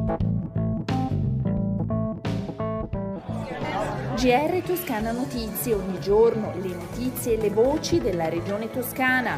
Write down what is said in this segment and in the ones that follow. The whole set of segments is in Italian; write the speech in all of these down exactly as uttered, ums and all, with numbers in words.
G R Toscana Notizie, ogni giorno le notizie e le voci della regione toscana.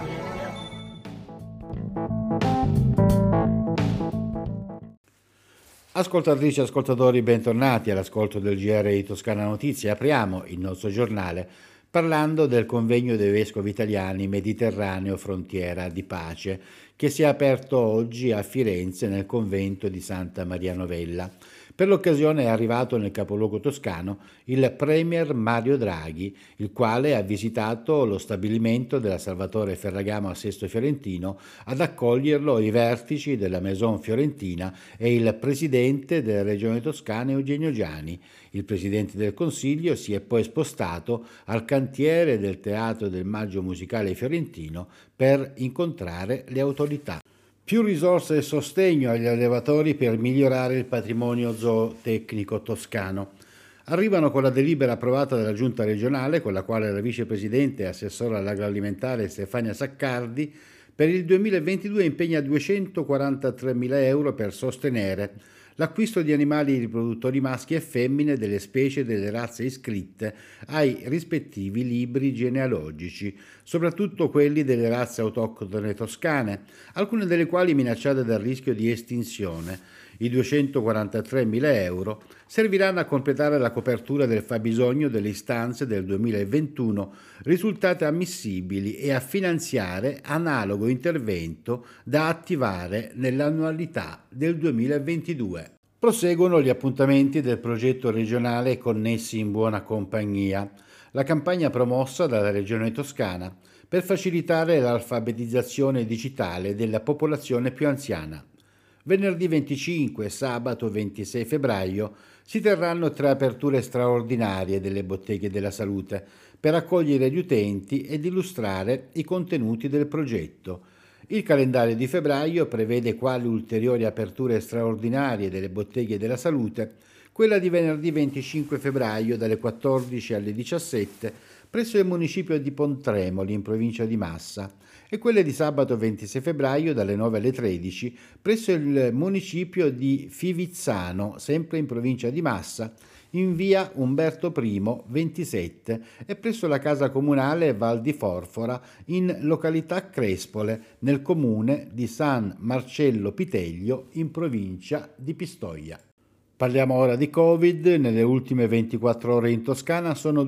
Ascoltatrici e ascoltatori, bentornati all'ascolto del G R di Toscana Notizie. Apriamo il nostro giornale parlando del convegno dei vescovi italiani Mediterraneo Frontiera di Pace, che si è aperto oggi a Firenze nel convento di Santa Maria Novella. Per l'occasione è arrivato nel capoluogo toscano il premier Mario Draghi, il quale ha visitato lo stabilimento della Salvatore Ferragamo a Sesto Fiorentino. Ad accoglierlo i vertici della Maison Fiorentina e il presidente della regione toscana Eugenio Giani. Il presidente del Consiglio si è poi spostato al cantiere del Teatro del Maggio Musicale Fiorentino per incontrare le autorità. Più risorse e sostegno agli allevatori per migliorare il patrimonio zootecnico toscano. Arrivano con la delibera approvata dalla Giunta regionale, con la quale la vicepresidente e assessora all'agroalimentare Stefania Saccardi per il duemilaventidue impegna duecentoquarantatremila euro per sostenere l'acquisto di animali riproduttori maschi e femmine delle specie delle razze iscritte ai rispettivi libri genealogici, soprattutto quelli delle razze autoctone toscane, alcune delle quali minacciate dal rischio di estinzione. I duecentoquarantatremila euro serviranno a completare la copertura del fabbisogno delle istanze del duemilaventuno risultate ammissibili e a finanziare analogo intervento da attivare nell'annualità del duemilaventidue. Proseguono gli appuntamenti del progetto regionale Connessi in buona compagnia, la campagna promossa dalla Regione Toscana per facilitare l'alfabetizzazione digitale della popolazione più anziana. Venerdì venticinque e sabato ventisei febbraio si terranno tre aperture straordinarie delle botteghe della salute per accogliere gli utenti ed illustrare i contenuti del progetto. Il calendario di febbraio prevede quali ulteriori aperture straordinarie delle botteghe della salute, quella di venerdì venticinque febbraio dalle quattordici alle diciassette presso il municipio di Pontremoli in provincia di Massa e quelle di sabato ventisei febbraio dalle nove alle tredici presso il municipio di Fivizzano, sempre in provincia di Massa, in via Umberto I ventisette e presso la casa comunale Val di Forfora in località Crespole, nel comune di San Marcello Piteglio, in provincia di Pistoia. Parliamo ora di Covid. Nelle ultime ventiquattro ore in Toscana sono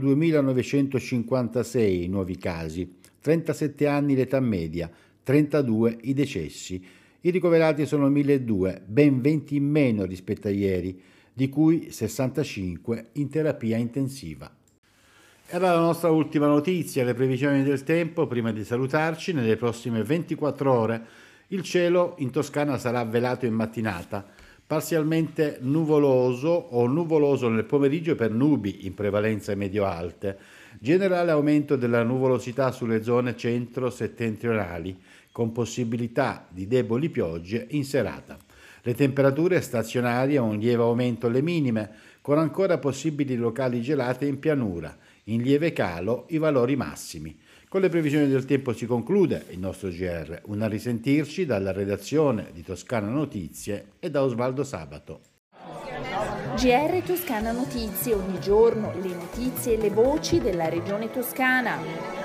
duemilanovecentocinquantasei i nuovi casi, trentasette anni l'età media, trentadue i decessi. I ricoverati sono milleduecento, ben venti in meno rispetto a ieri, di cui sessantacinque in terapia intensiva. Era la nostra ultima notizia, le previsioni del tempo. Prima di salutarci, nelle prossime ventiquattro ore il cielo in Toscana sarà velato in mattinata, parzialmente nuvoloso o nuvoloso nel pomeriggio per nubi in prevalenza medio-alte, generale aumento della nuvolosità sulle zone centro-settentrionali, con possibilità di deboli piogge in serata. Le temperature stazionarie un lieve aumento alle minime, con ancora possibili locali gelate in pianura, in lieve calo i valori massimi. Con le previsioni del tempo si conclude il nostro G R. Un a risentirci dalla redazione di Toscana Notizie e da Osvaldo Sabato. G R Toscana Notizie, ogni giorno le notizie e le voci della regione toscana.